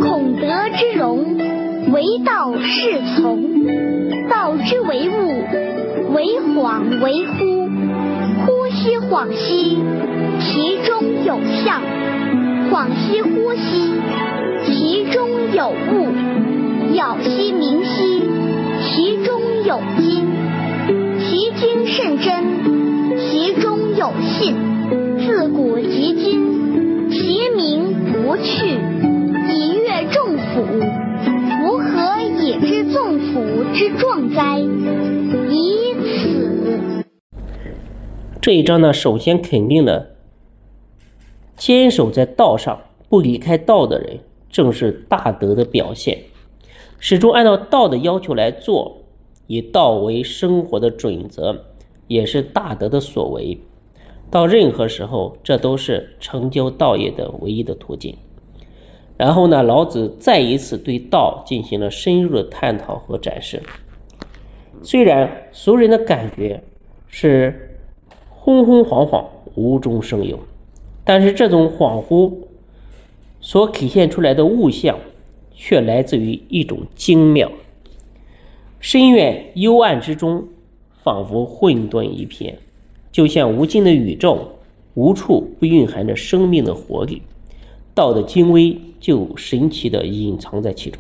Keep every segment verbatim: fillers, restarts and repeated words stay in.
孔德之容，惟道是从。道之为物，惟恍为惚。惚兮恍兮，其中有象；恍兮惚兮，其中有物。杳兮明兮，其中有精。其精甚真，其中有信。自古及今，其名不去。以阅众甫，夫何以知纵甫之壮哉？以此。 这一章呢，首先肯定了坚守在道上不离开道的人正是大德的表现，始终按照道的要求来做，以道为生活的准则，也是大德的所为。到任何时候，这都是成就道业的唯一的途径。然后呢，老子再一次对道进行了深入的探讨和展示。虽然俗人的感觉是轰轰晃晃，无中生有，但是这种恍惚所体现出来的物象，却来自于一种精妙。深渊幽暗之中，仿佛混沌一片，就像无尽的宇宙，无处不蕴含着生命的活力。道的精微就神奇地隐藏在其中。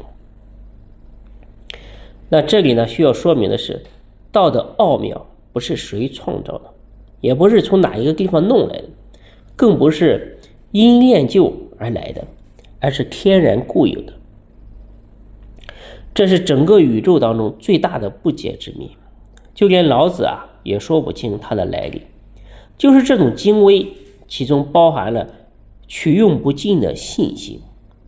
那这里呢，需要说明的是，道的奥妙不是谁创造的，也不是从哪一个地方弄来的，更不是因练就而来的，而是天然固有的。这是整个宇宙当中最大的不解之谜，就连老子啊也说不清它的来历。就是这种精微，其中包含了取用不尽的信心，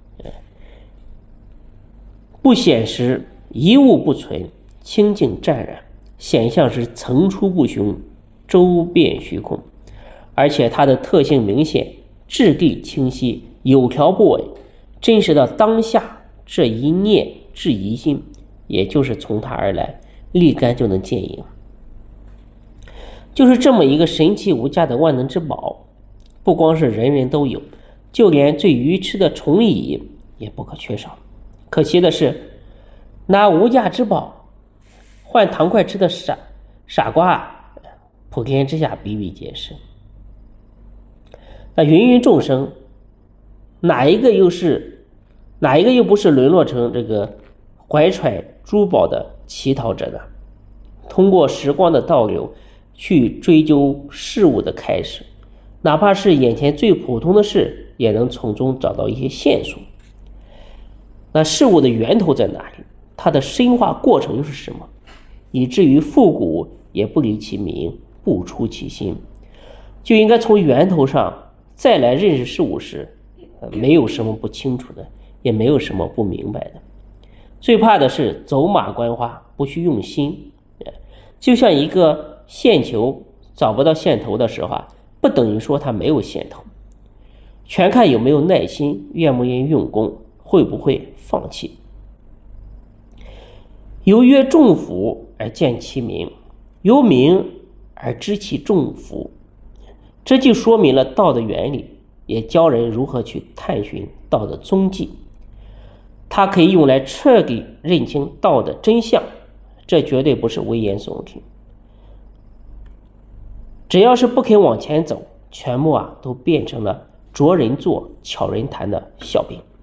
不显时一物不存，清净湛然，显象时层出不穷，周遍虚空。而且它的特性明显，质地清晰，有条不紊，真实到当下，这一念至疑心，也就是从它而来，立竿就能见影。就是这么一个神奇无价的万能之宝，不光是人人都有，就连最愚痴的虫蚁也不可缺少。可惜的是，拿无价之宝换糖块吃的傻傻瓜，普天之下比比皆是。那芸芸众生，哪一个又是哪一个又不是沦落成这个怀揣珠宝的乞讨者呢？通过时光的倒流去追究事物的开始，哪怕是眼前最普通的事，也能从中找到一些线索。那事物的源头在哪里？它的深化过程又是什么？以至于复古也不离其名，不出其心。就应该从源头上再来认识事物时，没有什么不清楚的，也没有什么不明白的。最怕的是走马观花，不去用心。就像一个线球找不到线头的时候啊，不等于说它没有线头，全看有没有耐心，愿不愿意用功，会不会放弃。由曰众甫而见其名，由名而知其众甫。这就说明了道的原理，也教人如何去探寻道的踪迹。它可以用来彻底认清道的真相，这绝对不是危言耸听。只要是不肯往前走，全部啊都变成了拙人做巧人谈的笑柄。